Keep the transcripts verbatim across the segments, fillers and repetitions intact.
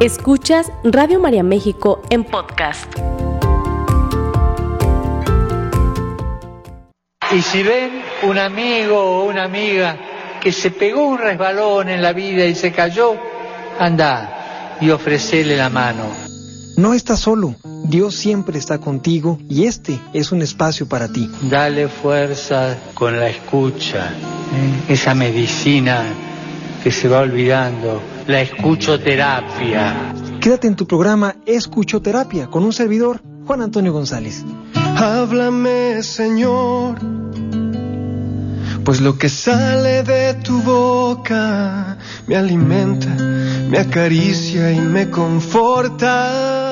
Escuchas Radio María México en podcast. Y si ven un amigo o una amiga que se pegó un resbalón en la vida y se cayó, anda y ofrecele la mano. No estás solo, Dios siempre está contigo y este es un espacio para ti. Dale fuerza con la escucha, ¿eh? Esa medicina que se va olvidando, la escuchoterapia. Quédate en tu programa Escuchoterapia con un servidor, Juan Antonio González. Háblame, Señor, pues lo que sale de tu boca me alimenta, me acaricia y me conforta.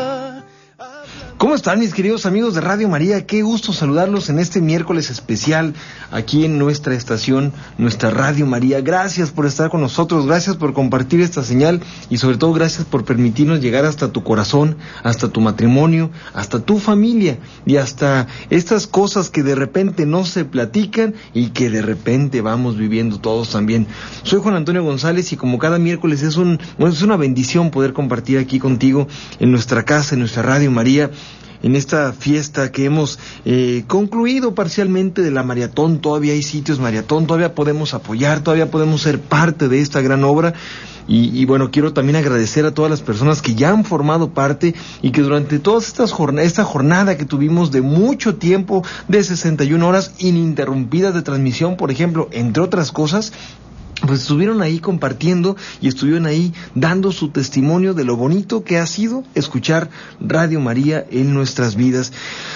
¿Cómo están, mis queridos amigos de Radio María? Qué gusto saludarlos en este miércoles especial aquí en nuestra estación, nuestra Radio María. Gracias por estar con nosotros, gracias por compartir esta señal y sobre todo gracias por permitirnos llegar hasta tu corazón, hasta tu matrimonio, hasta tu familia y hasta estas cosas que de repente no se platican y que de repente vamos viviendo todos también. Soy Juan Antonio González y como cada miércoles es, un, bueno, es una bendición poder compartir aquí contigo en nuestra casa, en nuestra Radio María, en esta fiesta que hemos eh, concluido parcialmente de la maratón. Todavía hay sitios maratón, todavía podemos apoyar, todavía podemos ser parte de esta gran obra. Y, y bueno, quiero también agradecer a todas las personas que ya han formado parte y que durante toda estas jornada, esta jornada que tuvimos de mucho tiempo, de sesenta y una horas ininterrumpidas de transmisión, por ejemplo, entre otras cosas, pues estuvieron ahí compartiendo y estuvieron ahí dando su testimonio de lo bonito que ha sido escuchar Radio María en nuestras vidas.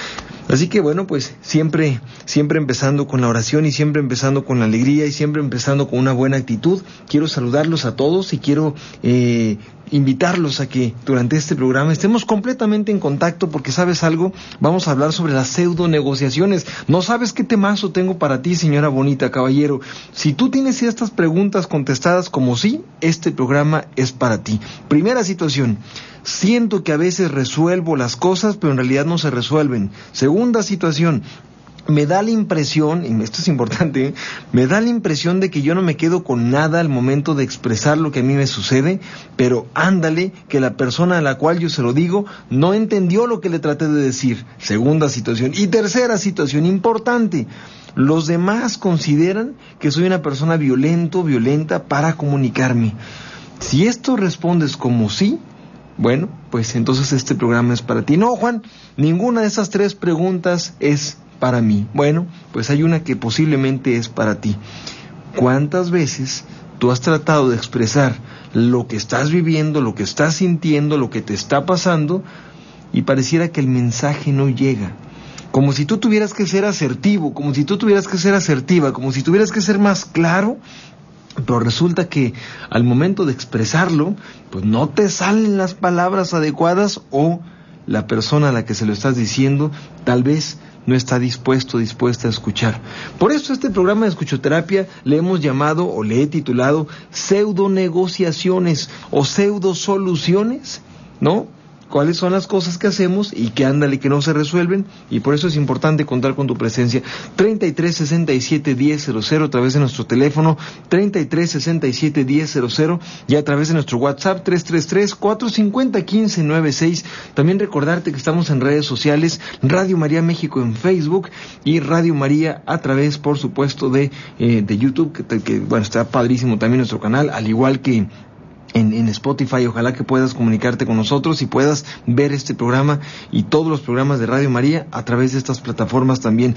Así que bueno, pues siempre, siempre empezando con la oración y siempre empezando con la alegría y siempre empezando con una buena actitud. Quiero saludarlos a todos y quiero eh, invitarlos a que durante este programa estemos completamente en contacto porque, ¿sabes algo? Vamos a hablar sobre las pseudo negociaciones. No sabes qué temazo tengo para ti, señora bonita, caballero. Si tú tienes estas preguntas contestadas como sí, este programa es para ti. Primera situación: siento que a veces resuelvo las cosas, pero en realidad no se resuelven. Segunda situación: me da la impresión, y esto es importante, ¿eh? me da la impresión de que yo no me quedo con nada al momento de expresar lo que a mí me sucede, pero ándale, que la persona a la cual yo se lo digo no entendió lo que le traté de decir. Segunda situación. Y tercera situación importante: los demás consideran que soy una persona violento, violenta para comunicarme. Si esto respondes como sí, bueno, pues entonces este programa es para ti. No, Juan, ninguna de esas tres preguntas es para mí. Bueno, pues hay una que posiblemente es para ti. ¿Cuántas veces tú has tratado de expresar lo que estás viviendo, lo que estás sintiendo, lo que te está pasando, y pareciera que el mensaje no llega? Como si tú tuvieras que ser asertivo, como si tú tuvieras que ser asertiva, como si tuvieras que ser más claro, pero resulta que al momento de expresarlo, pues no te salen las palabras adecuadas, o la persona a la que se lo estás diciendo tal vez no está dispuesto, dispuesta a escuchar. Por eso este programa de escuchoterapia le hemos llamado, o le he titulado, pseudo negociaciones o pseudo soluciones, ¿no? ¿Cuáles son las cosas que hacemos y que ándale que no se resuelven? Y por eso es importante contar con tu presencia. treinta y tres sesenta y siete diez cero cero a través de nuestro teléfono, treinta y tres sesenta y siete diez cero cero, y a través de nuestro WhatsApp tres tres tres, cuatro cinco cero, uno cinco nueve seis. También recordarte que estamos en redes sociales, Radio María México en Facebook y Radio María a través, por supuesto, de, eh, de YouTube, que, que bueno, está padrísimo también nuestro canal, al igual que En, en Spotify. Ojalá que puedas comunicarte con nosotros y puedas ver este programa y todos los programas de Radio María a través de estas plataformas también.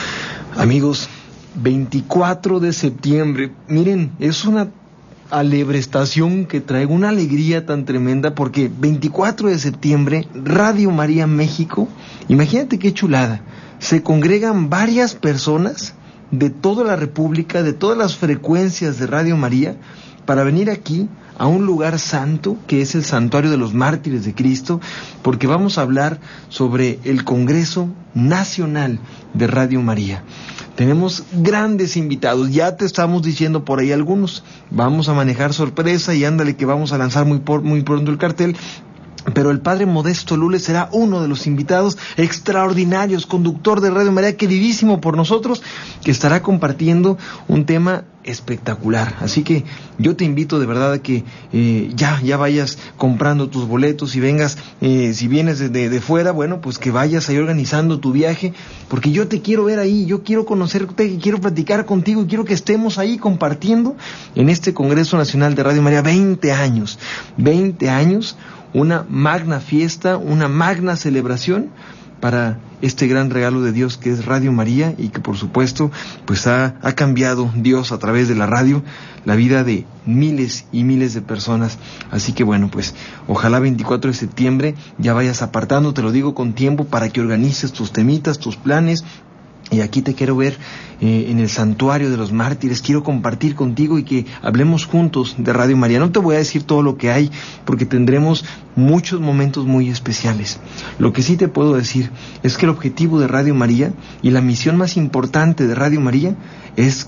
Amigos, veinticuatro de septiembre, miren, es una alebrestación que traigo, una alegría tan tremenda, porque veinticuatro de septiembre, Radio María México, imagínate qué chulada, se congregan varias personas de toda la República, de todas las frecuencias de Radio María, para venir aquí a un lugar santo que es el Santuario de los Mártires de Cristo, porque vamos a hablar sobre el Congreso Nacional de Radio María. Tenemos grandes invitados, ya te estamos diciendo por ahí algunos. Vamos a manejar sorpresa y ándale que vamos a lanzar muy, por, muy pronto el cartel. pero el padre Modesto Lule será uno de los invitados extraordinarios, conductor de Radio María, queridísimo por nosotros, que estará compartiendo un tema espectacular. Así que yo te invito de verdad a que eh, ya, ya vayas comprando tus boletos y vengas, eh, si vienes de, de, de fuera, bueno, pues que vayas ahí organizando tu viaje, porque yo te quiero ver ahí, yo quiero conocerte, quiero platicar contigo y quiero que estemos ahí compartiendo en este Congreso Nacional de Radio María. veinte años, veinte años, una magna fiesta, una magna celebración para este gran regalo de Dios que es Radio María, y que por supuesto pues ha, ha cambiado Dios a través de la radio la vida de miles y miles de personas. Así que bueno, pues ojalá veinticuatro de septiembre ya vayas apartando, te lo digo con tiempo, para que organices tus temitas, tus planes. Y aquí te quiero ver eh, en el Santuario de los Mártires. Quiero compartir contigo y que hablemos juntos de Radio María. No te voy a decir todo lo que hay, porque tendremos muchos momentos muy especiales. Lo que sí te puedo decir es que el objetivo de Radio María y la misión más importante de Radio María es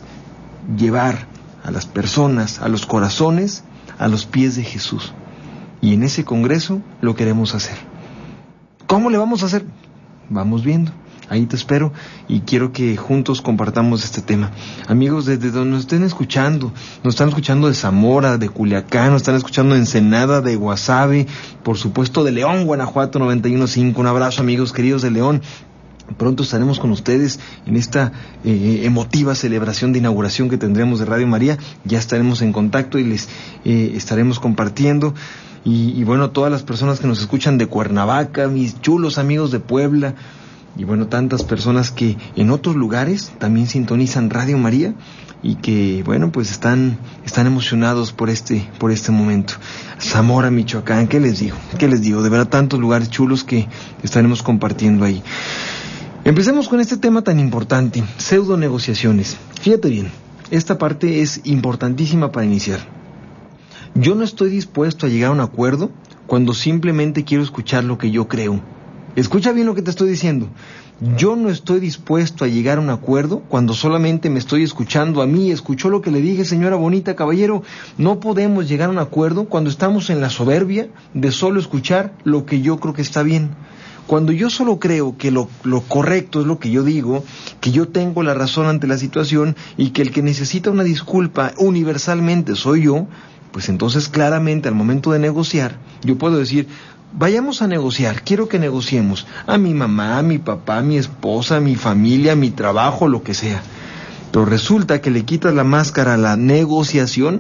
llevar a las personas, a los corazones, a los pies de Jesús. Y en ese congreso lo queremos hacer. ¿Cómo le vamos a hacer? Vamos viendo. Ahí te espero y quiero que juntos compartamos este tema. Amigos, desde donde nos estén escuchando, nos están escuchando de Zamora, de Culiacán, nos están escuchando de Ensenada, de Guasave, por supuesto de León, Guanajuato noventa y uno punto cinco. Un abrazo, amigos queridos de León. Pronto estaremos con ustedes en esta eh, emotiva celebración de inauguración que tendremos de Radio María. Ya estaremos en contacto y les eh, estaremos compartiendo. Y, y bueno, todas las personas que nos escuchan de Cuernavaca, mis chulos amigos de Puebla, y bueno, tantas personas que en otros lugares también sintonizan Radio María y que, bueno, pues están están emocionados por este por este momento. Zamora, Michoacán, ¿qué les digo? ¿Qué les digo? De verdad, tantos lugares chulos que estaremos compartiendo ahí. Empecemos con este tema tan importante, pseudo negociaciones. Fíjate bien, esta parte es importantísima para iniciar. Yo no estoy dispuesto a llegar a un acuerdo cuando simplemente quiero escuchar lo que yo creo. Escucha bien lo que te estoy diciendo. Yo no estoy dispuesto a llegar a un acuerdo cuando solamente me estoy escuchando a mí. Escuchó lo que le dije, señora bonita, caballero. No podemos llegar a un acuerdo cuando estamos en la soberbia de solo escuchar lo que yo creo que está bien. Cuando yo solo creo que lo, lo correcto es lo que yo digo, que yo tengo la razón ante la situación y que el que necesita una disculpa universalmente soy yo, pues entonces claramente al momento de negociar, yo puedo decir, vayamos a negociar, quiero que negociemos a mi mamá, a mi papá, a mi esposa, a mi familia, a mi trabajo, lo que sea. Pero resulta que le quitas la máscara a la negociación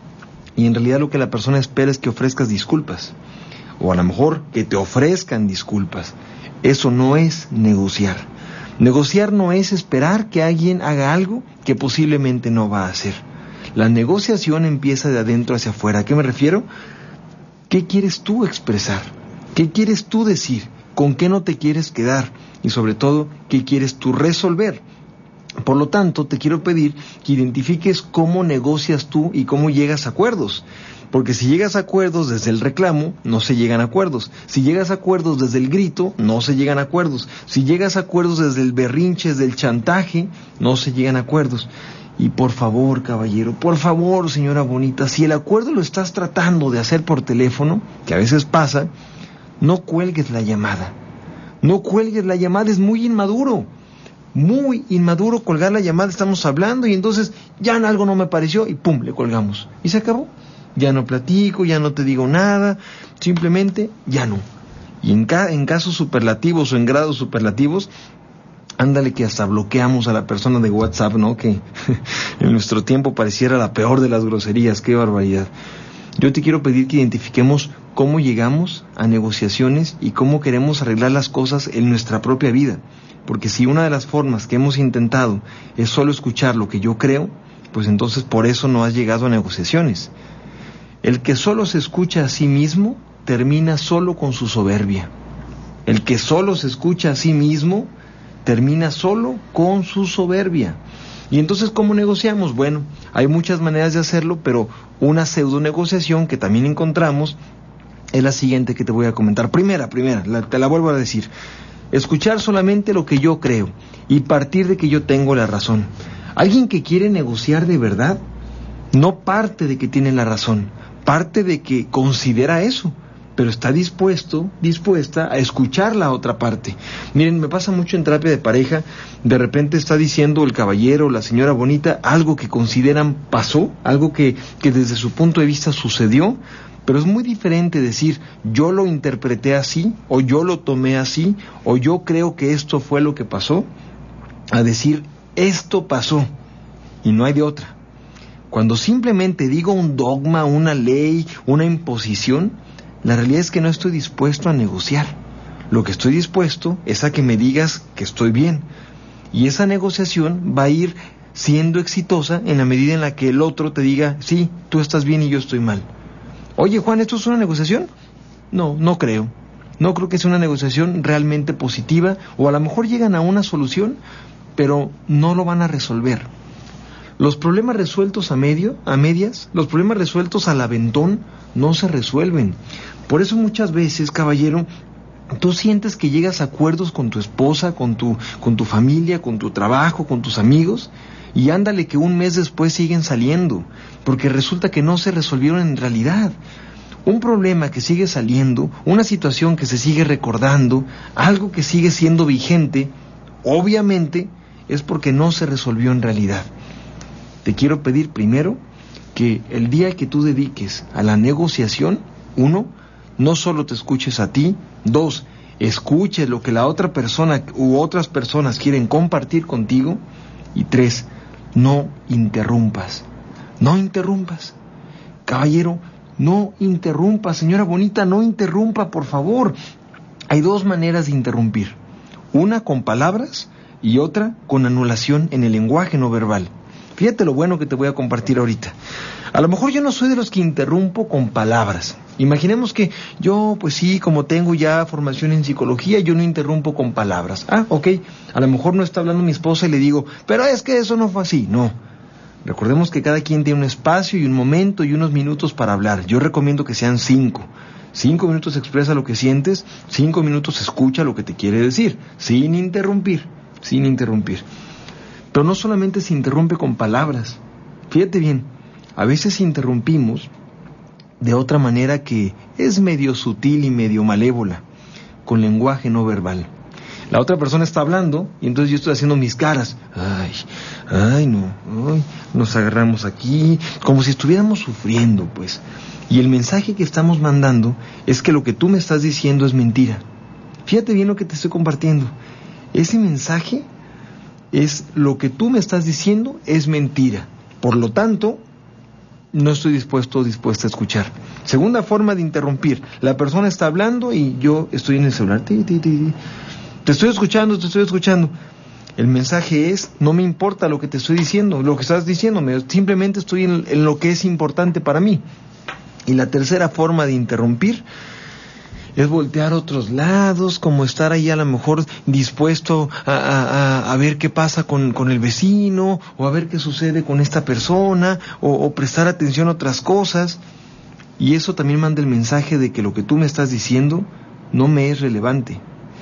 y en realidad lo que la persona espera es que ofrezcas disculpas. O a lo mejor que te ofrezcan disculpas. Eso no es negociar. Negociar no es esperar que alguien haga algo que posiblemente no va a hacer. La negociación empieza de adentro hacia afuera. ¿A qué me refiero? ¿Qué quieres tú expresar? ¿Qué quieres tú decir? ¿Con qué no te quieres quedar? Y sobre todo, ¿qué quieres tú resolver? Por lo tanto, te quiero pedir que identifiques cómo negocias tú y cómo llegas a acuerdos. Porque si llegas a acuerdos desde el reclamo, no se llegan a acuerdos. Si llegas a acuerdos desde el grito, no se llegan a acuerdos. Si llegas a acuerdos desde el berrinche, desde el chantaje, no se llegan a acuerdos. Y por favor, caballero, por favor, señora bonita, si el acuerdo lo estás tratando de hacer por teléfono, que a veces pasa, no cuelgues la llamada. No cuelgues la llamada, es muy inmaduro. Muy inmaduro colgar la llamada, estamos hablando y entonces ya algo no me pareció y pum, le colgamos. Y se acabó. Ya no platico, ya no te digo nada, simplemente ya no. Y en, ca- en casos superlativos o en grados superlativos, ándale que hasta bloqueamos a la persona de WhatsApp, ¿no? Que en nuestro tiempo pareciera la peor de las groserías, qué barbaridad. Yo te quiero pedir que identifiquemos cómo llegamos a negociaciones y cómo queremos arreglar las cosas en nuestra propia vida. Porque si una de las formas que hemos intentado es solo escuchar lo que yo creo, pues entonces por eso no has llegado a negociaciones. El que solo se escucha a sí mismo termina solo con su soberbia. El que solo se escucha a sí mismo termina solo con su soberbia. Y entonces, ¿cómo negociamos? Bueno, hay muchas maneras de hacerlo, pero una pseudo negociación que también encontramos es la siguiente que te voy a comentar. Primera, primera, la, te la vuelvo a decir. Escuchar solamente lo que yo creo y partir de que yo tengo la razón. Alguien que quiere negociar de verdad, no parte de que tiene la razón, parte de que considera eso. pero está dispuesto, dispuesta a escuchar la otra parte. Miren, me pasa mucho en terapia de pareja, de repente está diciendo el caballero o la señora bonita algo que consideran pasó, algo que, que desde su punto de vista sucedió, pero es muy diferente decir yo lo interpreté así, o yo lo tomé así, o yo creo que esto fue lo que pasó, a decir esto pasó y no hay de otra. Cuando simplemente digo un dogma, una ley, una imposición, la realidad es que no estoy dispuesto a negociar. Lo que estoy dispuesto es a que me digas que estoy bien. Y esa negociación va a ir siendo exitosa en la medida en la que el otro te diga, sí, tú estás bien y yo estoy mal. Oye, Juan, ¿esto es una negociación? No, no creo. No creo que sea una negociación realmente positiva, o a lo mejor llegan a una solución, pero no lo van a resolver. Los problemas resueltos a medio, a medias, los problemas resueltos al aventón, no se resuelven. Por eso muchas veces, caballero, tú sientes que llegas a acuerdos con tu esposa, con tu, con tu familia, con tu trabajo, con tus amigos, y ándale que un mes después siguen saliendo, porque resulta que no se resolvieron en realidad. Un problema que sigue saliendo, una situación que se sigue recordando, algo que sigue siendo vigente, obviamente es porque no se resolvió en realidad. Te quiero pedir primero que el día que tú dediques a la negociación, uno, no solo te escuches a ti, dos, escuches lo que la otra persona u otras personas quieren compartir contigo, y tres, no interrumpas, no interrumpas. Caballero, no interrumpa, señora bonita, no interrumpa, por favor. Hay dos maneras de interrumpir, una con palabras y otra con anulación en el lenguaje no verbal. Fíjate lo bueno que te voy a compartir ahorita. A lo mejor yo no soy de los que interrumpo con palabras. Imaginemos que yo, pues sí, como tengo ya formación en psicología, yo no interrumpo con palabras. Ah, ok, a lo mejor no está hablando mi esposa y le digo, pero es que eso no fue así. No, recordemos que cada quien tiene un espacio y un momento y unos minutos para hablar. Yo recomiendo que sean cinco. Cinco minutos expresa lo que sientes, cinco minutos escucha lo que te quiere decir, sin interrumpir, sin interrumpir. Pero no solamente se interrumpe con palabras. Fíjate bien, a veces interrumpimos de otra manera que es medio sutil y medio malévola, con lenguaje no verbal. La otra persona está hablando y entonces yo estoy haciendo mis caras. Ay, ay, no, ay, nos agarramos aquí, como si estuviéramos sufriendo, pues. Y el mensaje que estamos mandando es que lo que tú me estás diciendo es mentira. Fíjate bien lo que te estoy compartiendo. Ese mensaje es lo que tú me estás diciendo es mentira. Por lo tanto, no estoy dispuesto o dispuesta a escuchar. Segunda forma de interrumpir. La persona está hablando y yo estoy en el celular. Ti, ti, ti. Te estoy escuchando, te estoy escuchando. El mensaje es, no me importa lo que te estoy diciendo, lo que estás diciéndome, simplemente estoy en, en lo que es importante para mí. Y la tercera forma de interrumpir es voltear a otros lados, como estar ahí a lo mejor dispuesto a, a, a ver qué pasa con, con el vecino, o a ver qué sucede con esta persona, o, o prestar atención a otras cosas. Y eso también manda el mensaje de que lo que tú me estás diciendo no me es relevante.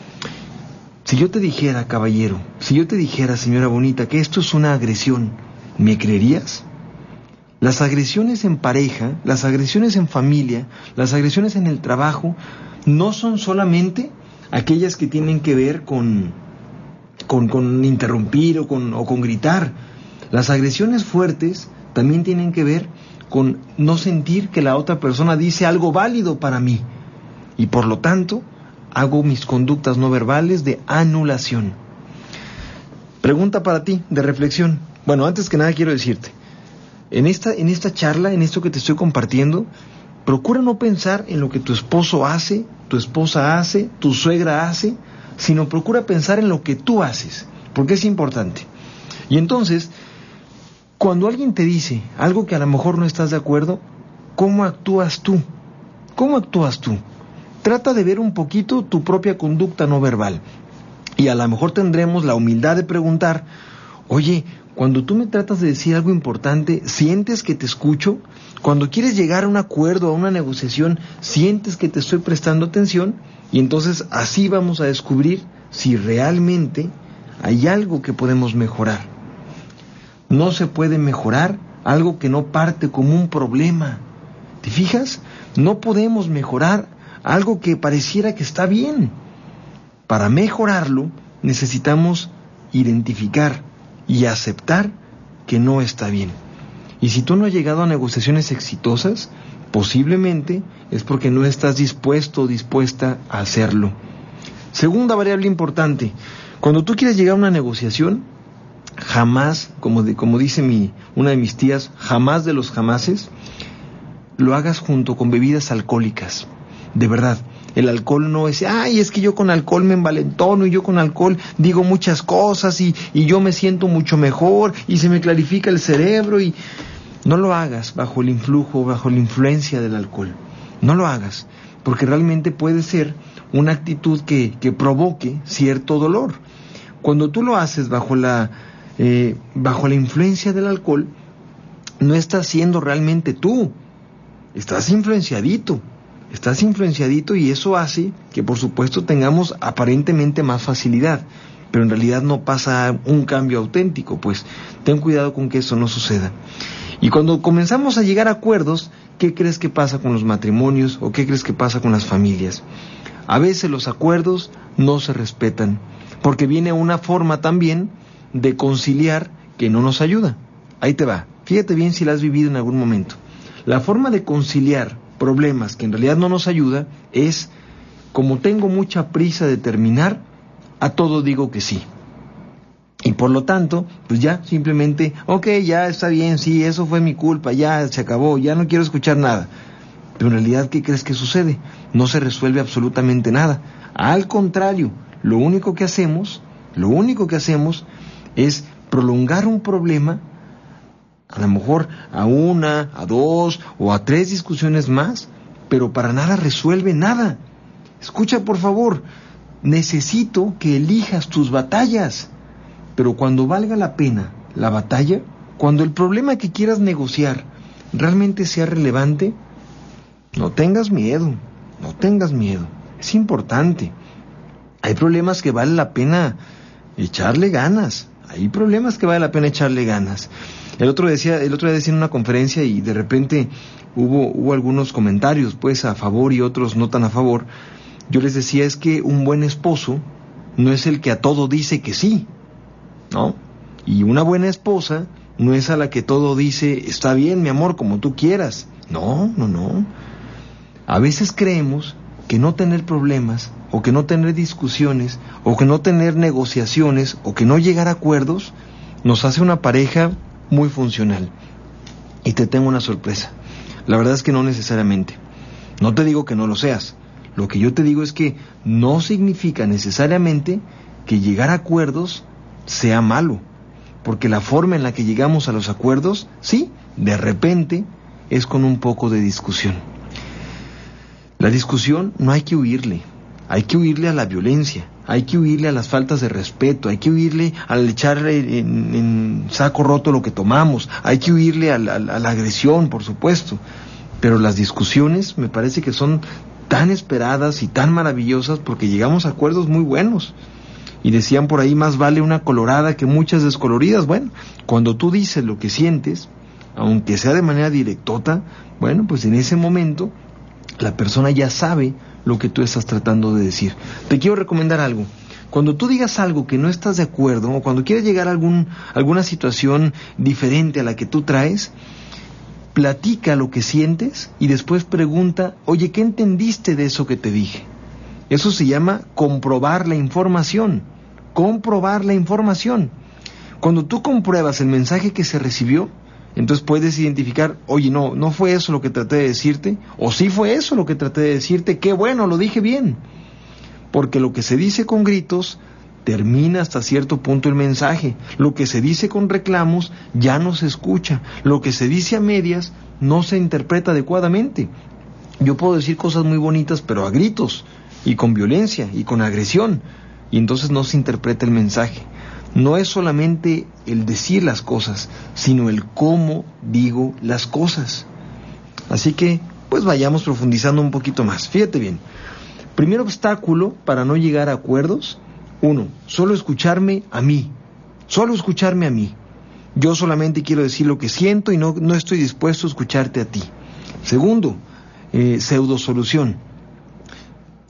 Si yo te dijera, caballero, si yo te dijera, señora bonita, que esto es una agresión, ¿me creerías? Las agresiones en pareja, las agresiones en familia, las agresiones en el trabajo, no son solamente aquellas que tienen que ver con, con, con interrumpir o con, o con gritar. Las agresiones fuertes también tienen que ver con no sentir que la otra persona dice algo válido para mí. Y por lo tanto, hago mis conductas no verbales de anulación. Pregunta para ti, de reflexión. Bueno, antes que nada quiero decirte, en esta, en esta charla, en esto que te estoy compartiendo, procura no pensar en lo que tu esposo hace, tu esposa hace, tu suegra hace, sino procura pensar en lo que tú haces, porque es importante. Y entonces, cuando alguien te dice algo que a lo mejor no estás de acuerdo, ¿cómo actúas tú? ¿Cómo actúas tú? Trata de ver un poquito tu propia conducta no verbal. Y a lo mejor tendremos la humildad de preguntar, oye, cuando tú me tratas de decir algo importante, ¿sientes que te escucho? Cuando quieres llegar a un acuerdo, a una negociación, ¿sientes que te estoy prestando atención? Y entonces así vamos a descubrir si realmente hay algo que podemos mejorar. No se puede mejorar algo que no parte como un problema. ¿Te fijas? No podemos mejorar algo que pareciera que está bien. Para mejorarlo, necesitamos identificar y aceptar que no está bien. Y si tú no has llegado a negociaciones exitosas, posiblemente es porque no estás dispuesto o dispuesta a hacerlo. Segunda variable importante, cuando tú quieres llegar a una negociación, jamás, como, de, como dice mi, una de mis tías, jamás de los jamases, lo hagas junto con bebidas alcohólicas. De verdad, el alcohol no es, ay, es que yo con alcohol me envalentono y yo con alcohol digo muchas cosas y, y yo me siento mucho mejor y se me clarifica el cerebro y... No lo hagas bajo el influjo, bajo la influencia del alcohol. No lo hagas, porque realmente puede ser una actitud que, que provoque cierto dolor. Cuando tú lo haces bajo la, eh, bajo la influencia del alcohol, no estás siendo realmente tú. Estás influenciadito. Estás influenciadito y eso hace que, por supuesto, tengamos aparentemente más facilidad. Pero en realidad no pasa un cambio auténtico, pues ten cuidado con que eso no suceda. Y cuando comenzamos a llegar a acuerdos, ¿qué crees que pasa con los matrimonios o qué crees que pasa con las familias? A veces los acuerdos no se respetan, porque viene una forma también de conciliar que no nos ayuda. Ahí te va, fíjate bien si la has vivido en algún momento. La forma de conciliar problemas que en realidad no nos ayuda es, como tengo mucha prisa de terminar, a todo digo que sí. Y por lo tanto, pues ya, simplemente, ok, ya está bien, sí, eso fue mi culpa, ya se acabó, ya no quiero escuchar nada. Pero en realidad, ¿qué crees que sucede? No se resuelve absolutamente nada. Al contrario, lo único que hacemos, lo único que hacemos es prolongar un problema, a lo mejor a una, a dos o a tres discusiones más, pero para nada resuelve nada. Escucha, por favor, necesito que elijas tus batallas. Pero cuando valga la pena la batalla, cuando el problema que quieras negociar realmente sea relevante, no tengas miedo, no tengas miedo. Es importante. Hay problemas que vale la pena echarle ganas. Hay problemas que vale la pena echarle ganas. El otro decía, el otro día decía en una conferencia y de repente hubo, hubo algunos comentarios, pues a favor y otros no tan a favor. Yo les decía, es que un buen esposo no es el que a todo dice que sí, ¿no? Y una buena esposa no es a la que todo dice, está bien, mi amor, como tú quieras. No, no, no. A veces creemos que no tener problemas, o que no tener discusiones, o que no tener negociaciones, o que no llegar a acuerdos, nos hace una pareja muy funcional. Y te tengo una sorpresa. La verdad es que no necesariamente. No te digo que no lo seas. Lo que yo te digo es que no significa necesariamente que llegar a acuerdos sea malo, porque la forma en la que llegamos a los acuerdos, sí, de repente, es con un poco de discusión. La discusión no hay que huirle, hay que huirle a la violencia, hay que huirle a las faltas de respeto, hay que huirle al echarle en, en saco roto lo que tomamos, hay que huirle a la, a la agresión, por supuesto, pero las discusiones me parece que son tan esperadas y tan maravillosas porque llegamos a acuerdos muy buenos. Y decían por ahí, más vale una colorada que muchas descoloridas. Bueno, cuando tú dices lo que sientes, aunque sea de manera directota, bueno, pues en ese momento la persona ya sabe lo que tú estás tratando de decir. Te quiero recomendar algo. Cuando tú digas algo que no estás de acuerdo, o cuando quieres llegar a algún, alguna situación diferente a la que tú traes, platica lo que sientes y después pregunta, oye, ¿qué entendiste de eso que te dije? Eso se llama comprobar la información. Comprobar la información. Cuando tú compruebas el mensaje que se recibió, entonces puedes identificar, oye, no, no fue eso lo que traté de decirte, o sí fue eso lo que traté de decirte, qué bueno, lo dije bien. Porque lo que se dice con gritos termina hasta cierto punto el mensaje. Lo que se dice con reclamos ya no se escucha. Lo que se dice a medias no se interpreta adecuadamente. Yo puedo decir cosas muy bonitas, pero a gritos, y con violencia, y con agresión, y entonces no se interpreta el mensaje. No es solamente el decir las cosas, sino el cómo digo las cosas. Así que, pues vayamos profundizando un poquito más. Fíjate bien. Primer obstáculo para no llegar a acuerdos. Uno, solo escucharme a mí. Solo escucharme a mí. Yo solamente quiero decir lo que siento y no, no estoy dispuesto a escucharte a ti. Segundo, eh, pseudo solución.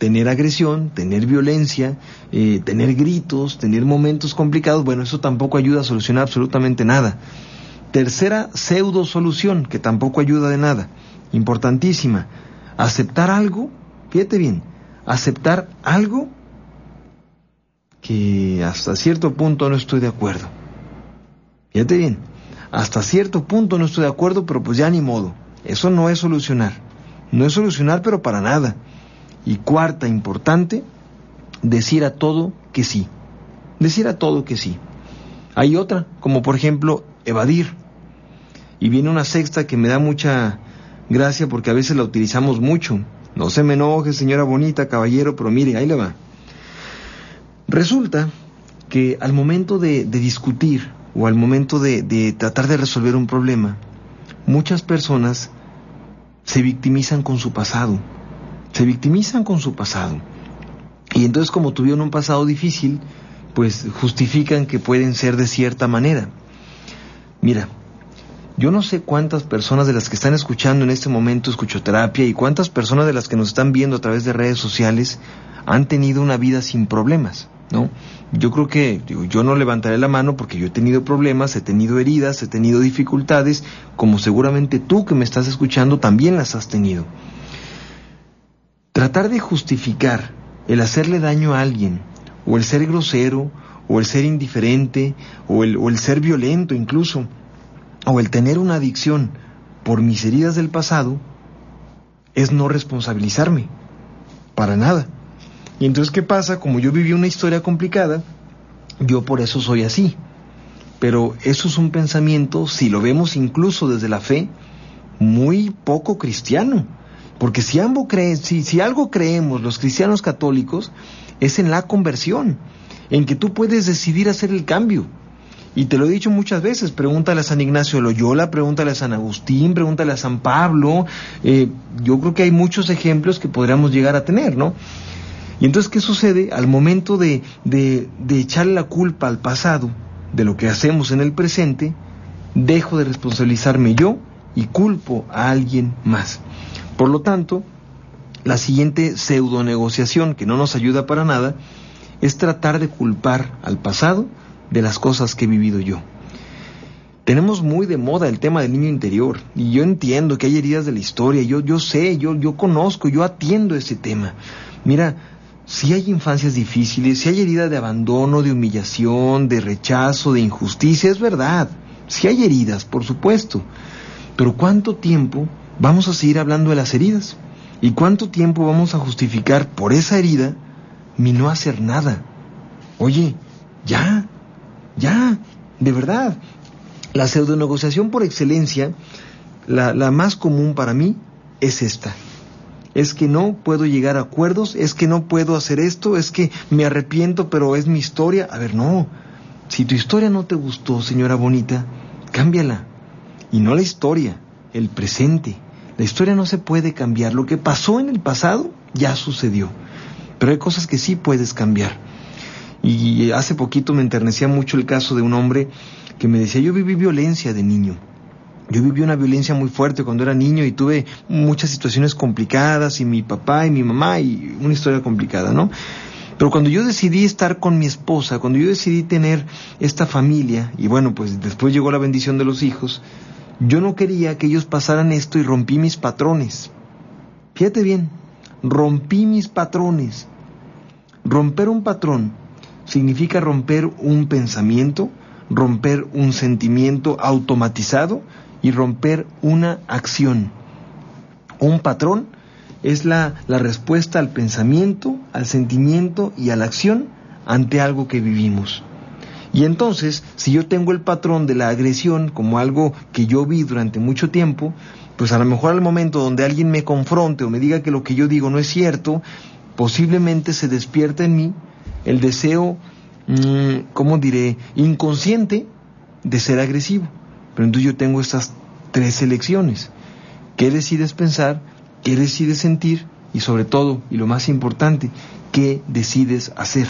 tener agresión, tener violencia, eh, tener gritos, tener momentos complicados, bueno, eso tampoco ayuda a solucionar absolutamente nada. Tercera pseudo solución, que tampoco ayuda de nada, importantísima, aceptar algo, fíjate bien, aceptar algo que hasta cierto punto no estoy de acuerdo. Fíjate bien, hasta cierto punto no estoy de acuerdo, pero pues ya ni modo. Eso no es solucionar. No es solucionar, pero para nada. Y cuarta, importante, decir a todo que sí. Decir a todo que sí. Hay otra, como por ejemplo, evadir. Y viene una sexta que me da mucha gracia porque a veces la utilizamos mucho. No se me enoje, señora bonita, caballero, pero mire, ahí le va. Resulta que al momento de, de discutir o al momento de, de tratar de resolver un problema, muchas personas se victimizan con su pasado. Se victimizan con su pasado. Y entonces, como tuvieron un pasado difícil, pues justifican que pueden ser de cierta manera. Mira, yo no sé cuántas personas de las que están escuchando en este momento escuchoterapia y cuántas personas de las que nos están viendo a través de redes sociales han tenido una vida sin problemas, ¿no? Yo creo que, digo, yo no levantaré la mano porque yo he tenido problemas, he tenido heridas, he tenido dificultades, como seguramente tú que me estás escuchando también las has tenido. Tratar de justificar el hacerle daño a alguien, o el ser grosero, o el ser indiferente, o el, o el ser violento incluso, o el tener una adicción por mis heridas del pasado, es no responsabilizarme, para nada. Y entonces, ¿qué pasa? Como yo viví una historia complicada, yo por eso soy así. Pero eso es un pensamiento, si lo vemos incluso desde la fe, muy poco cristiano. Porque si, ambos creen, si, si algo creemos los cristianos católicos, es en la conversión, en que tú puedes decidir hacer el cambio. Y te lo he dicho muchas veces, pregúntale a San Ignacio de Loyola, pregúntale a San Agustín, pregúntale a San Pablo. Eh, yo creo que hay muchos ejemplos que podríamos llegar a tener, ¿no? Y entonces, ¿qué sucede? Al momento de, de, de echarle la culpa al pasado de lo que hacemos en el presente, dejo de responsabilizarme yo y culpo a alguien más. Por lo tanto, la siguiente pseudonegociación, que no nos ayuda para nada, es tratar de culpar al pasado de las cosas que he vivido yo. Tenemos muy de moda el tema del niño interior, y yo entiendo que hay heridas de la historia, yo, yo sé, yo, yo conozco, yo atiendo ese tema. Mira, si hay infancias difíciles, si hay heridas de abandono, de humillación, de rechazo, de injusticia, es verdad. Si hay heridas, por supuesto. Pero ¿cuánto tiempo vamos a seguir hablando de las heridas? ¿Y cuánto tiempo vamos a justificar por esa herida mi no hacer nada? Oye, ya, ya, de verdad. La pseudonegociación por excelencia, la, la más común para mí, es esta. Es que no puedo llegar a acuerdos, es que no puedo hacer esto, es que me arrepiento, pero es mi historia. A ver, no. Si tu historia no te gustó, señora bonita, cámbiala. Y no la historia, el presente. La historia no se puede cambiar. Lo que pasó en el pasado ya sucedió. Pero hay cosas que sí puedes cambiar. Y hace poquito me enternecía mucho el caso de un hombre que me decía, yo viví violencia de niño. Yo viví una violencia muy fuerte cuando era niño y tuve muchas situaciones complicadas, y mi papá y mi mamá, y una historia complicada, ¿no? Pero cuando yo decidí estar con mi esposa, cuando yo decidí tener esta familia, y bueno, pues después llegó la bendición de los hijos, yo no quería que ellos pasaran esto y rompí mis patrones. Fíjate bien, rompí mis patrones. Romper un patrón significa romper un pensamiento, romper un sentimiento automatizado y romper una acción. Un patrón es la, la respuesta al pensamiento, al sentimiento y a la acción ante algo que vivimos. Y entonces, si yo tengo el patrón de la agresión como algo que yo vi durante mucho tiempo, pues a lo mejor al momento donde alguien me confronte o me diga que lo que yo digo no es cierto, posiblemente se despierta en mí el deseo, mmm, ¿cómo diré?, inconsciente de ser agresivo. Pero entonces yo tengo estas tres elecciones. ¿Qué decides pensar? ¿Qué decides sentir? Y sobre todo, y lo más importante, ¿qué decides hacer?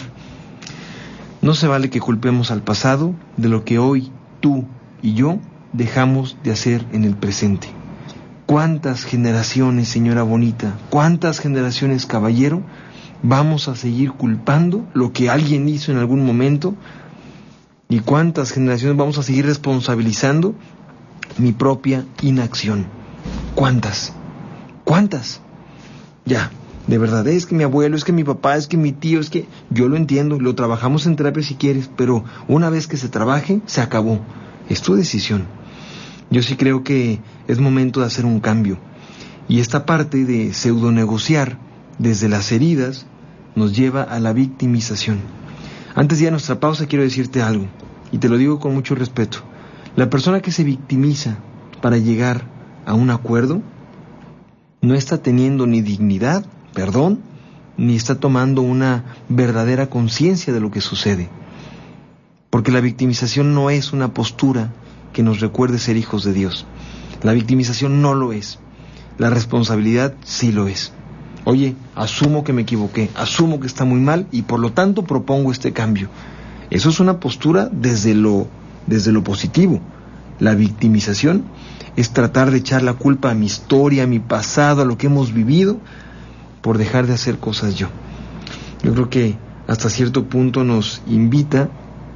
No se vale que culpemos al pasado de lo que hoy tú y yo dejamos de hacer en el presente. ¿Cuántas generaciones, señora bonita, cuántas generaciones, caballero, ¿Vamos a seguir culpando lo que alguien hizo en algún momento? ¿Y cuántas generaciones vamos a seguir responsabilizando mi propia inacción? ¿Cuántas? ¿Cuántas? Ya, de verdad, es que mi abuelo, es que mi papá, es que mi tío, es que... Yo lo entiendo, lo trabajamos en terapia si quieres, pero una vez que se trabaje, se acabó. Es tu decisión. Yo sí creo que es momento de hacer un cambio. Y esta parte de pseudonegociar desde las heridas nos lleva a la victimización. Antes de ir a nuestra pausa quiero decirte algo, y te lo digo con mucho respeto. La persona que se victimiza para llegar a un acuerdo no está teniendo ni dignidad, perdón, ni está tomando una verdadera conciencia de lo que sucede. Porque la victimización no es una postura que nos recuerde ser hijos de Dios. La victimización no lo es. La responsabilidad sí lo es. Oye, asumo que me equivoqué, asumo que está muy mal y por lo tanto propongo este cambio. Eso es una postura desde lo, desde lo positivo. La victimización es tratar de echar la culpa a mi historia, a mi pasado, a lo que hemos vivido, por dejar de hacer cosas yo. Yo creo que hasta cierto punto nos invita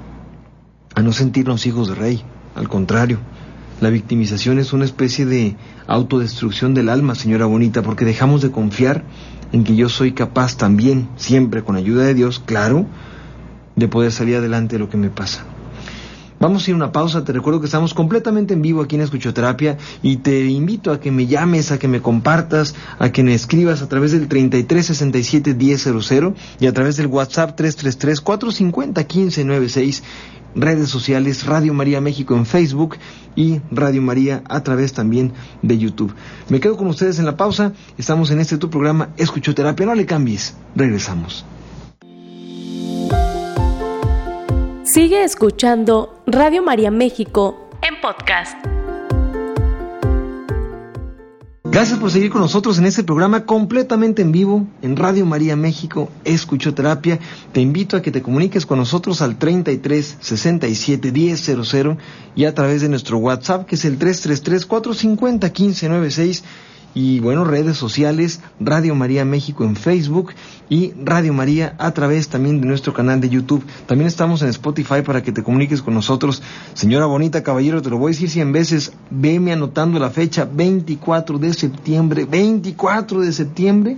a no sentirnos hijos de rey. Al contrario, la victimización es una especie de autodestrucción del alma, señora bonita, porque dejamos de confiar en que yo soy capaz también, siempre con ayuda de Dios, claro, de poder salir adelante de lo que me pasa. Vamos a ir a una pausa. Te recuerdo que estamos completamente en vivo aquí en Escuchoterapia y te invito a que me llames, a que me compartas, a que me escribas a través del treinta y tres sesenta y siete diez cero cero y a través del WhatsApp tres tres tres cuatro cinco cero uno cinco nueve seis. Redes sociales, Radio María México en Facebook y Radio María a través también de YouTube. Me quedo con ustedes en la pausa. Estamos en este tu programa Escuchoterapia. No le cambies. Regresamos. Sigue escuchando Radio María México en podcast. Gracias por seguir con nosotros en este programa completamente en vivo en Radio María México, Escuchoterapia. Te invito a que te comuniques con nosotros al treinta y tres sesenta y siete diez cero cero y a través de nuestro WhatsApp, que es el tres tres tres cuatro cinco cero uno cinco nueve seis. Y bueno, redes sociales, Radio María México en Facebook y Radio María a través también de nuestro canal de YouTube. También estamos en Spotify para que te comuniques con nosotros. Señora bonita, caballero, te lo voy a decir cien veces, veme anotando la fecha, veinticuatro de septiembre, veinticuatro de septiembre,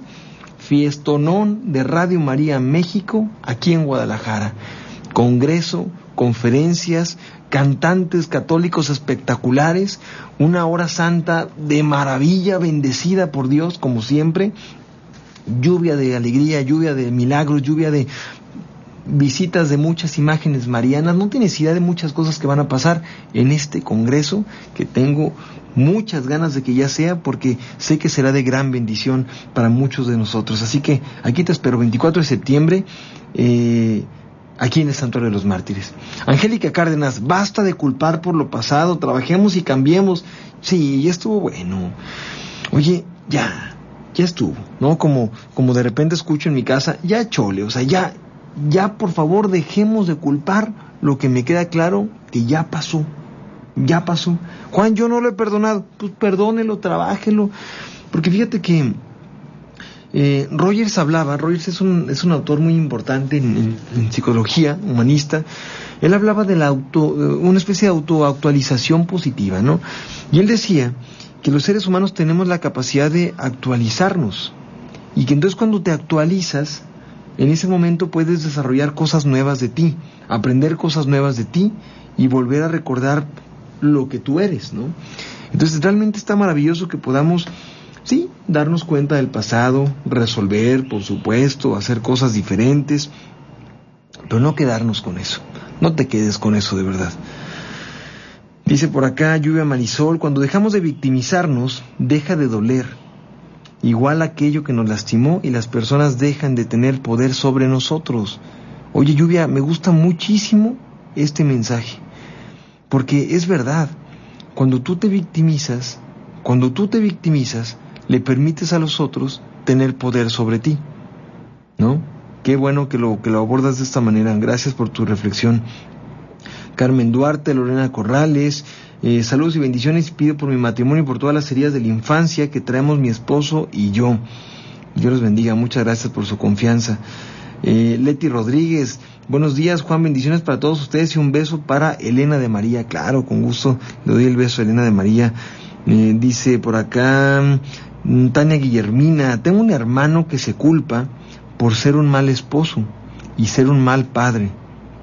fiestonón de Radio María México aquí en Guadalajara. Congreso, conferencias, cantantes católicos espectaculares, una hora santa de maravilla, bendecida por Dios como siempre, lluvia de alegría, lluvia de milagros, lluvia de visitas de muchas imágenes marianas. No tienes idea de muchas cosas que van a pasar en este congreso, que tengo muchas ganas de que ya sea, porque sé que será de gran bendición para muchos de nosotros. Así que aquí te espero, veinticuatro de septiembre, eh... aquí en el Santuario de los Mártires. Angélica Cárdenas, basta de culpar por lo pasado, trabajemos y cambiemos. Sí, ya estuvo bueno. Oye, ya, ya estuvo, ¿no? Como, como de repente escucho en mi casa, ya chole, o sea, ya, ya por favor dejemos de culpar lo que me queda claro que ya pasó, ya pasó. Juan, yo no lo he perdonado, pues perdónelo, trabájelo, porque fíjate que Eh, Rogers hablaba, Rogers es un, es un autor muy importante en, en, en psicología humanista. Él hablaba de la auto, una especie de autoactualización positiva, ¿no? Y él decía que los seres humanos tenemos la capacidad de actualizarnos y que entonces cuando te actualizas, en ese momento puedes desarrollar cosas nuevas de ti, aprender cosas nuevas de ti y volver a recordar lo que tú eres, ¿no? Entonces realmente está maravilloso que podamos, sí, darnos cuenta del pasado, resolver, por supuesto, hacer cosas diferentes, pero no quedarnos con eso. No te quedes con eso, de verdad. Dice por acá Lluvia Marisol, cuando dejamos de victimizarnos, deja de doler. Igual aquello que nos lastimó y las personas dejan de tener poder sobre nosotros. Oye, Lluvia, me gusta muchísimo este mensaje, porque es verdad, cuando tú te victimizas, cuando tú te victimizas, le permites a los otros tener poder sobre ti, ¿no? Qué bueno que lo, que lo abordas de esta manera. Gracias por tu reflexión. Carmen Duarte, Lorena Corrales, eh, saludos y bendiciones. Pido por mi matrimonio y por todas las heridas de la infancia que traemos mi esposo y yo. Dios los bendiga, muchas gracias por su confianza. Eh, Leti Rodríguez, buenos días Juan, bendiciones para todos ustedes y un beso para Elena de María. Claro, con gusto le doy el beso a Elena de María. Eh, dice por acá Tania Guillermina, tengo un hermano que se culpa por ser un mal esposo y ser un mal padre.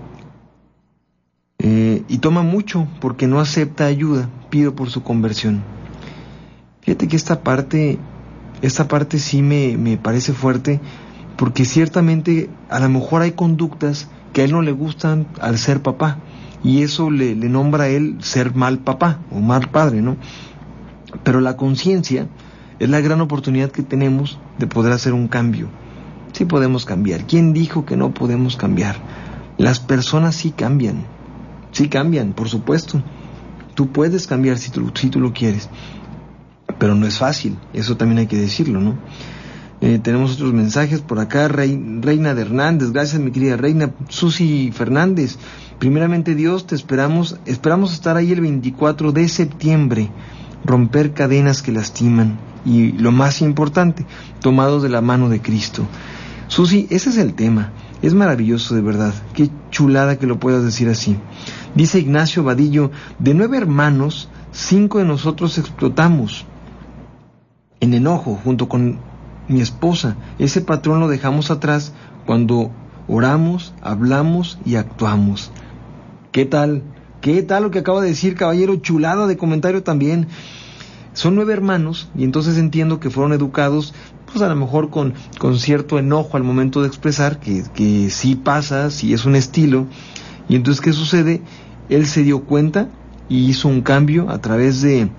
Eh, y toma mucho porque no acepta ayuda, pido por su conversión. Fíjate que esta parte, esta parte sí me, me parece fuerte, porque ciertamente a lo mejor hay conductas que a él no le gustan al ser papá, y eso le, le nombra a él ser mal papá o mal padre, ¿no? Pero la conciencia es la gran oportunidad que tenemos de poder hacer un cambio. Sí podemos cambiar. ¿Quién dijo que no podemos cambiar? Las personas sí cambian. Sí cambian, por supuesto. Tú puedes cambiar si tú, si tú lo quieres. Pero no es fácil. Eso también hay que decirlo, ¿no? Eh, tenemos otros mensajes por acá. Rey, Reina de Hernández. Gracias, mi querida Reina. Susi Fernández. Primeramente, Dios, te esperamos. Esperamos estar ahí el veinticuatro de septiembre. Romper cadenas que lastiman. Y lo más importante, tomados de la mano de Cristo. Susi, ese es el tema. Es maravilloso, de verdad. Qué chulada que lo puedas decir así. Dice Ignacio Vadillo, de nueve hermanos, cinco de nosotros explotamos en enojo junto con mi esposa. Ese patrón lo dejamos atrás cuando oramos, hablamos y actuamos. ¿Qué tal? ¿Qué tal lo que acaba de decir, caballero? Chulada de comentario también. Son nueve hermanos y entonces entiendo que fueron educados pues a lo mejor con, con cierto enojo al momento de expresar, que, que sí pasa, sí es un estilo. Y entonces, ¿qué sucede? Él se dio cuenta y hizo un cambio a través de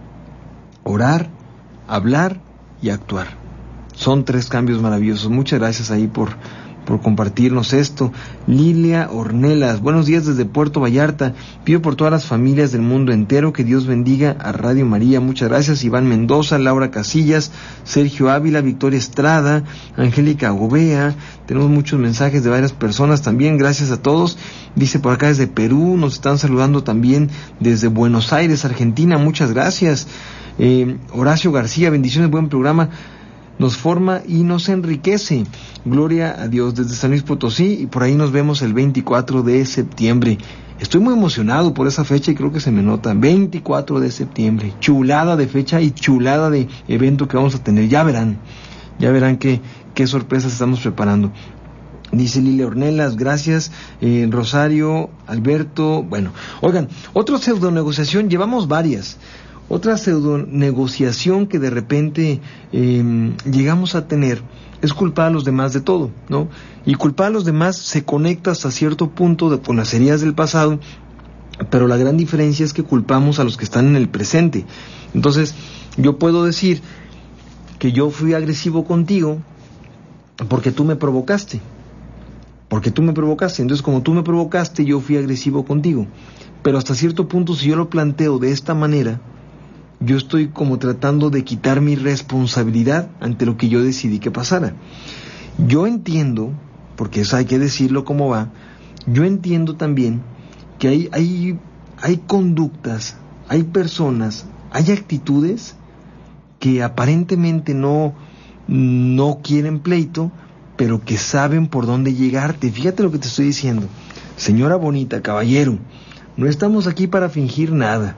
orar, hablar y actuar. Son tres cambios maravillosos. Muchas gracias ahí por, por compartirnos esto. Lilia Ornelas, buenos días desde Puerto Vallarta. Pido por todas las familias del mundo entero que Dios bendiga a Radio María. Muchas gracias. Iván Mendoza, Laura Casillas, Sergio Ávila, Victoria Estrada, Angélica Gobea. Tenemos muchos mensajes de varias personas también. Gracias a todos. Dice por acá desde Perú, nos están saludando también desde Buenos Aires, Argentina. Muchas gracias. Eh, Horacio García, bendiciones, buen programa. Nos forma y nos enriquece. Gloria a Dios desde San Luis Potosí, y por ahí nos vemos el veinticuatro de septiembre. Estoy muy emocionado por esa fecha y creo que se me nota. veinticuatro de septiembre. Chulada de fecha y chulada de evento que vamos a tener. Ya verán, ya verán qué, qué sorpresas estamos preparando. Dice Lilia Ornelas, gracias. Eh, Rosario, Alberto. Bueno, oigan, otra pseudonegociación, llevamos varias. Otra pseudonegociación que de repente eh, llegamos a tener es culpar a los demás de todo, ¿no? Y culpar a los demás se conecta hasta cierto punto de, con las heridas del pasado, pero la gran diferencia es que culpamos a los que están en el presente. Entonces, yo puedo decir que yo fui agresivo contigo porque tú me provocaste. Porque tú me provocaste. Entonces, como tú me provocaste, yo fui agresivo contigo. Pero hasta cierto punto, si yo lo planteo de esta manera, yo estoy como tratando de quitar mi responsabilidad ante lo que yo decidí que pasara. Yo entiendo, porque eso hay que decirlo como va, yo entiendo también que hay, hay, hay conductas, hay personas, hay actitudes que aparentemente no, no quieren pleito, pero que saben por dónde llegarte. Fíjate lo que te estoy diciendo. Señora bonita, caballero, no estamos aquí para fingir nada.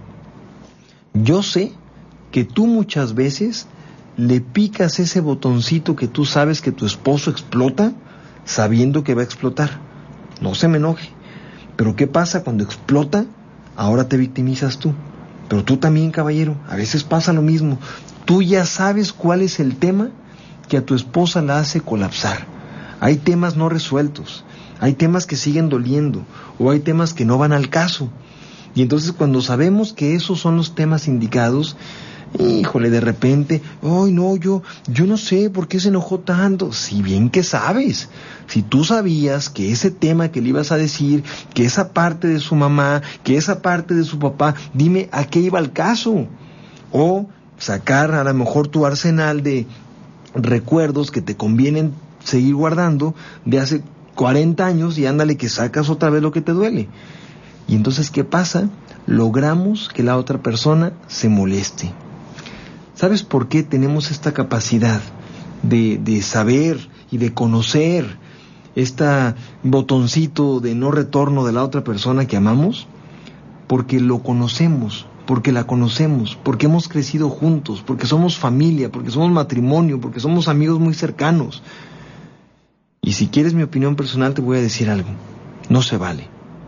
Yo sé que tú muchas veces le picas ese botoncito que tú sabes que tu esposo explota, sabiendo que va a explotar. No se me enoje. Pero ¿qué pasa cuando explota? Ahora te victimizas tú. Pero tú también, caballero, a veces pasa lo mismo. Tú ya sabes cuál es el tema que a tu esposa la hace colapsar. Hay temas no resueltos, hay temas que siguen doliendo, o hay temas que no van al caso. Y entonces cuando sabemos que esos son los temas indicados, híjole, de repente, ay no, yo, yo no sé por qué se enojó tanto. Si bien que sabes, si tú sabías que ese tema que le ibas a decir, que esa parte de su mamá, que esa parte de su papá, dime a qué iba el caso. O sacar a lo mejor tu arsenal de recuerdos que te convienen seguir guardando de hace cuarenta años y ándale que sacas otra vez lo que te duele. Y entonces, ¿qué pasa? Logramos que la otra persona se moleste. ¿Sabes por qué tenemos esta capacidad de, de saber y de conocer este botoncito de no retorno de la otra persona que amamos? Porque lo conocemos, porque la conocemos, porque hemos crecido juntos, porque somos familia, porque somos matrimonio, porque somos amigos muy cercanos. Y si quieres mi opinión personal, te voy a decir algo. No se vale.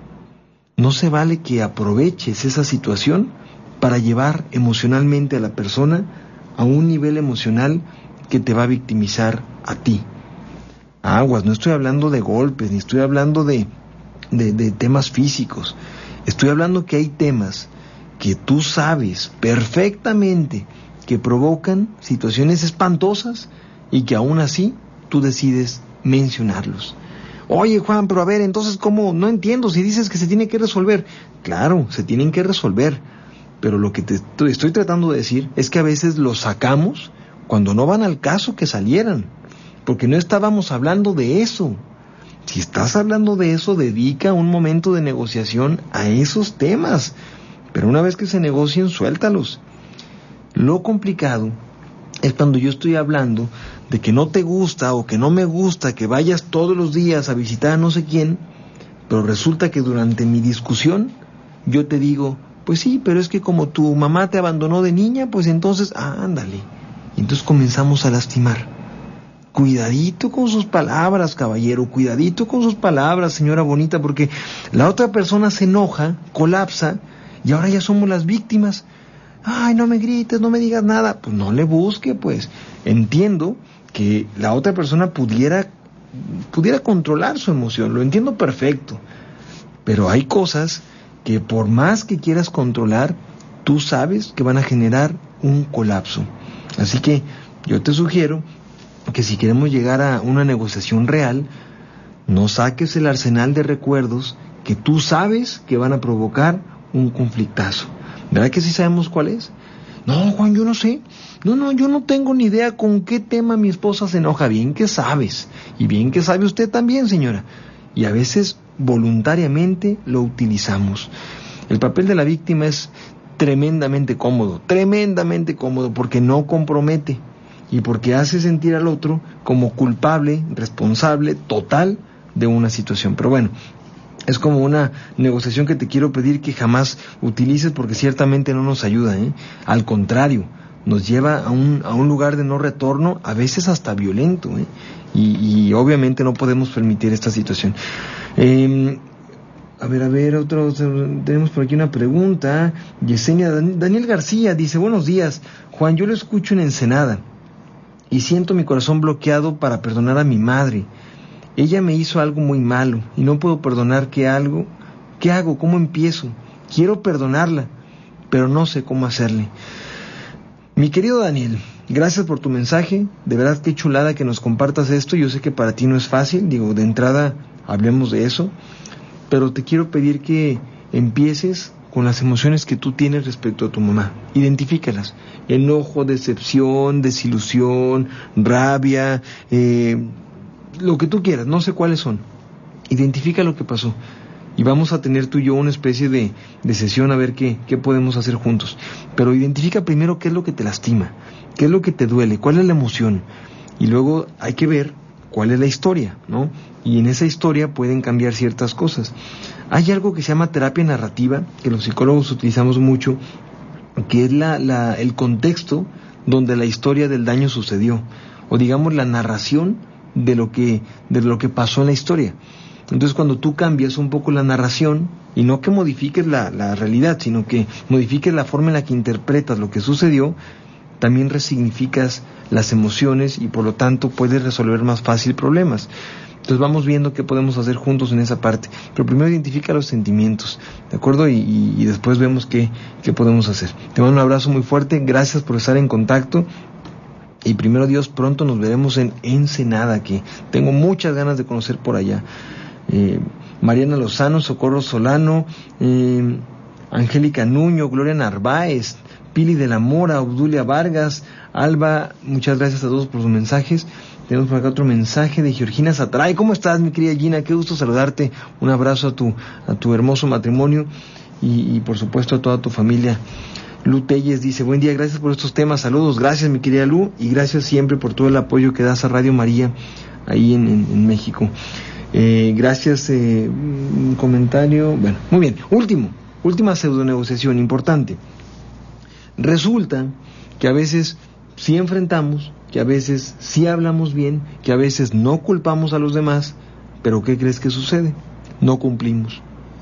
No se vale que aproveches esa situación para llevar emocionalmente a la persona a un nivel emocional que te va a victimizar a ti. Aguas, no estoy hablando de golpes, ni estoy hablando de, de, de temas físicos. Estoy hablando que hay temas que tú sabes perfectamente que provocan situaciones espantosas y que aún así tú decides mencionarlos. Oye, Juan, pero a ver, entonces, ¿cómo? No entiendo, si dices que se tiene que resolver. Claro, se tienen que resolver, pero lo que te estoy tratando de decir es que a veces los sacamos cuando no van al caso que salieran, porque no estábamos hablando de eso. Si estás hablando de eso, dedica un momento de negociación a esos temas, pero una vez que se negocien, suéltalos. Lo complicado es cuando yo estoy hablando de que no te gusta o que no me gusta que vayas todos los días a visitar a no sé quién, pero resulta que durante mi discusión yo te digo, pues sí, pero es que como tu mamá te abandonó de niña, pues entonces, ah, ándale. Y entonces comenzamos a lastimar. Cuidadito con sus palabras, caballero, cuidadito con sus palabras, señora bonita, porque la otra persona se enoja, colapsa, y ahora ya somos las víctimas. Ay, no me grites, no me digas nada. Pues no le busque, pues. Entiendo que la otra persona pudiera, pudiera controlar su emoción, lo entiendo perfecto. Pero hay cosas que por más que quieras controlar, tú sabes que van a generar un colapso. Así que yo te sugiero que si queremos llegar a una negociación real, no saques el arsenal de recuerdos que tú sabes que van a provocar un conflictazo. ¿Verdad que sí sabemos cuál es? No, Juan, yo no sé. No, no, yo no tengo ni idea con qué tema mi esposa se enoja. Bien que sabes. Y bien que sabe usted también, señora. Y a veces voluntariamente lo utilizamos. El papel de la víctima es tremendamente cómodo, tremendamente cómodo, porque no compromete y porque hace sentir al otro como culpable, responsable, total de una situación. Pero bueno, es como una negociación que te quiero pedir que jamás utilices, porque ciertamente no nos ayuda, ¿eh? Al contrario, nos lleva a un, a un lugar de no retorno, a veces hasta violento, ¿eh? y, y obviamente no podemos permitir esta situación. Eh, a ver, a ver, otro, tenemos por aquí una pregunta. Yesenia, Daniel García dice, buenos días, Juan, yo lo escucho en Ensenada y siento mi corazón bloqueado para perdonar a mi madre. Ella me hizo algo muy malo y no puedo perdonar. ¿Qué algo? ¿Qué hago? ¿Cómo empiezo? Quiero perdonarla, pero no sé cómo hacerle. Mi querido Daniel, gracias por tu mensaje. De verdad qué chulada que nos compartas esto. Yo sé que para ti no es fácil. Digo, de entrada hablemos de eso. Pero te quiero pedir que empieces con las emociones que tú tienes respecto a tu mamá. Identifícalas. Enojo, decepción, desilusión, rabia, eh... lo que tú quieras, no sé cuáles son. Identifica lo que pasó y vamos a tener tú y yo una especie de, de sesión a ver qué, qué podemos hacer juntos. Pero identifica primero qué es lo que te lastima, qué es lo que te duele, cuál es la emoción, y luego hay que ver cuál es la historia, ¿no? Y en esa historia pueden cambiar ciertas cosas. Hay algo que se llama terapia narrativa, que los psicólogos utilizamos mucho, que es la, la, el contexto donde la historia del daño sucedió, o digamos la narración de lo que de lo que pasó en la historia. Entonces cuando tú cambias un poco la narración, y no que modifiques la, la realidad, sino que modifiques la forma en la que interpretas lo que sucedió, también resignificas las emociones y por lo tanto puedes resolver más fácil problemas. Entonces vamos viendo qué podemos hacer juntos en esa parte, pero primero identifica los sentimientos, ¿de acuerdo? Y, y, y después vemos qué, qué podemos hacer. Te mando un abrazo muy fuerte, gracias por estar en contacto. Y primero Dios, pronto nos veremos en Ensenada, que tengo muchas ganas de conocer por allá. Eh, Mariana Lozano, Socorro Solano, eh, Angélica Nuño, Gloria Narváez, Pili de la Mora, Obdulia Vargas, Alba, muchas gracias a todos por sus mensajes. Tenemos por acá otro mensaje de Georgina Satray. ¿Cómo estás, mi querida Gina? Qué gusto saludarte. Un abrazo a tu, a tu hermoso matrimonio y, y por supuesto a toda tu familia. Lu Telles dice, buen día, gracias por estos temas, saludos, gracias mi querida Lu, y gracias siempre por todo el apoyo que das a Radio María ahí en, en, en México. Eh, gracias, eh, un comentario, bueno, muy bien, último, última pseudonegociación importante. Resulta que a veces sí enfrentamos, que a veces sí hablamos bien, que a veces no culpamos a los demás, pero ¿qué crees que sucede? No cumplimos.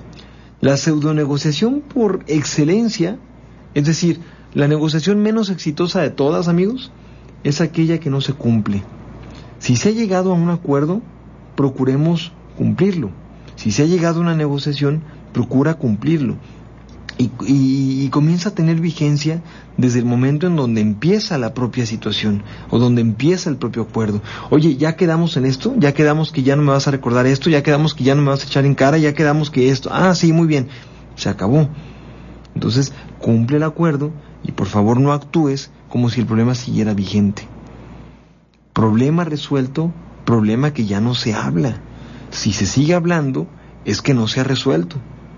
La pseudonegociación por excelencia, es decir, la negociación menos exitosa de todas, amigos, es aquella que no se cumple. Si se ha llegado a un acuerdo, procuremos cumplirlo. Si se ha llegado a una negociación, procura cumplirlo. Y, y, y comienza a tener vigencia desde el momento en donde empieza la propia situación o donde empieza el propio acuerdo. Oye, ya quedamos en esto, ya quedamos que ya no me vas a recordar esto, ya quedamos que ya no me vas a echar en cara, ya quedamos que esto, ah, sí, muy bien, se acabó. Entonces, cumple el acuerdo y por favor no actúes como si el problema siguiera vigente. Problema resuelto, problema que ya no se habla. Si se sigue hablando, es que no se ha resuelto.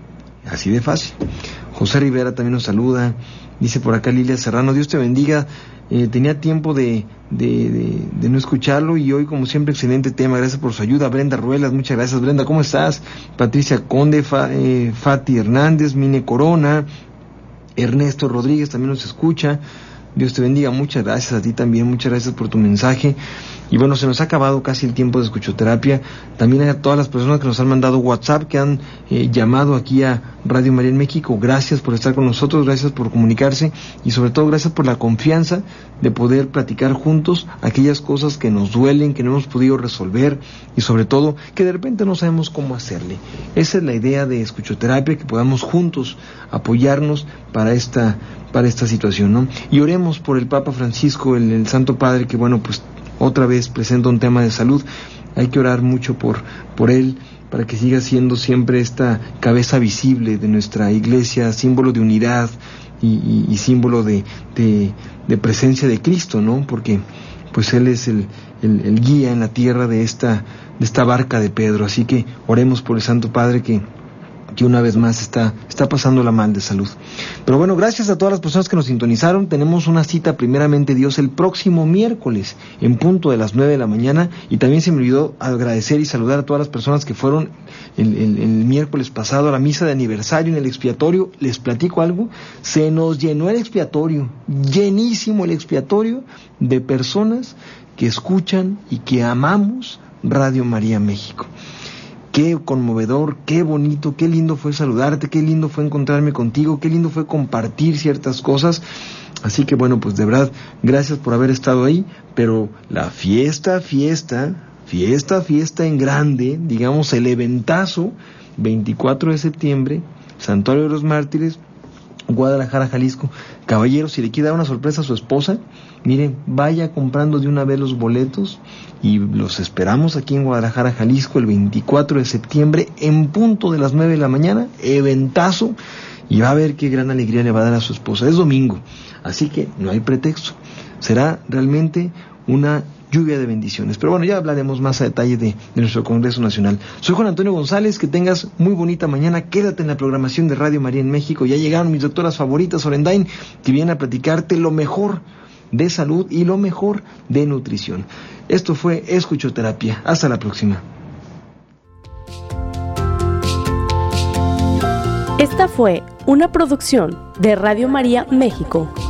Así de fácil. José Rivera también nos saluda. Dice por acá Lilia Serrano, Dios te bendiga. Eh, tenía tiempo de, de, de, de no escucharlo y hoy como siempre excelente tema, gracias por su ayuda. Brenda Ruelas, muchas gracias Brenda, ¿cómo estás? Patricia Conde, Fa, eh, Fati Hernández, Mine Corona, Ernesto Rodríguez también nos escucha. Dios te bendiga, muchas gracias a ti también, muchas gracias por tu mensaje. Y bueno, se nos ha acabado casi el tiempo de escuchoterapia. También a todas las personas que nos han mandado WhatsApp, que han eh, llamado aquí a Radio María en México, gracias por estar con nosotros, gracias por comunicarse y sobre todo gracias por la confianza de poder platicar juntos aquellas cosas que nos duelen, que no hemos podido resolver y sobre todo que de repente no sabemos cómo hacerle. Esa es la idea de escuchoterapia, que podamos juntos apoyarnos para esta para esta situación, ¿no? Y oremos por el Papa Francisco, el, el Santo Padre, que bueno, pues otra vez presenta un tema de salud. Hay que orar mucho por, por él, para que siga siendo siempre esta cabeza visible de nuestra iglesia, símbolo de unidad y, y, y símbolo de, de, de presencia de Cristo, ¿no? Porque pues él es el, el, el guía en la tierra de esta, de esta barca de Pedro. Así que oremos por el Santo Padre que que una vez más está, está pasándola mal de salud. Pero bueno, gracias a todas las personas que nos sintonizaron. Tenemos una cita, primeramente Dios, el próximo miércoles, en punto de las nueve de la mañana. Y también se me olvidó agradecer y saludar a todas las personas que fueron el, el, el miércoles pasado a la misa de aniversario en el expiatorio. Les platico algo, se nos llenó el expiatorio, llenísimo el expiatorio de personas que escuchan y que amamos Radio María México. Qué conmovedor, qué bonito, qué lindo fue saludarte, qué lindo fue encontrarme contigo, qué lindo fue compartir ciertas cosas. Así que bueno, pues de verdad, gracias por haber estado ahí, pero la fiesta, fiesta, fiesta, fiesta en grande, digamos el eventazo, veinticuatro de septiembre, Santuario de los Mártires, Guadalajara, Jalisco. Caballero, si le quiere dar una sorpresa a su esposa, miren, vaya comprando de una vez los boletos y los esperamos aquí en Guadalajara, Jalisco, el veinticuatro de septiembre, en punto de las nueve de la mañana, eventazo, y va a ver qué gran alegría le va a dar a su esposa. Es domingo, así que no hay pretexto, será realmente una lluvia de bendiciones. Pero bueno, ya hablaremos más a detalle de, de nuestro Congreso Nacional. Soy Juan Antonio González, que tengas muy bonita mañana. Quédate en la programación de Radio María en México. Ya llegaron mis doctoras favoritas, Orendain, que vienen a platicarte lo mejor de salud y lo mejor de nutrición. Esto fue Escuchoterapia. Hasta la próxima. Esta fue una producción de Radio María México.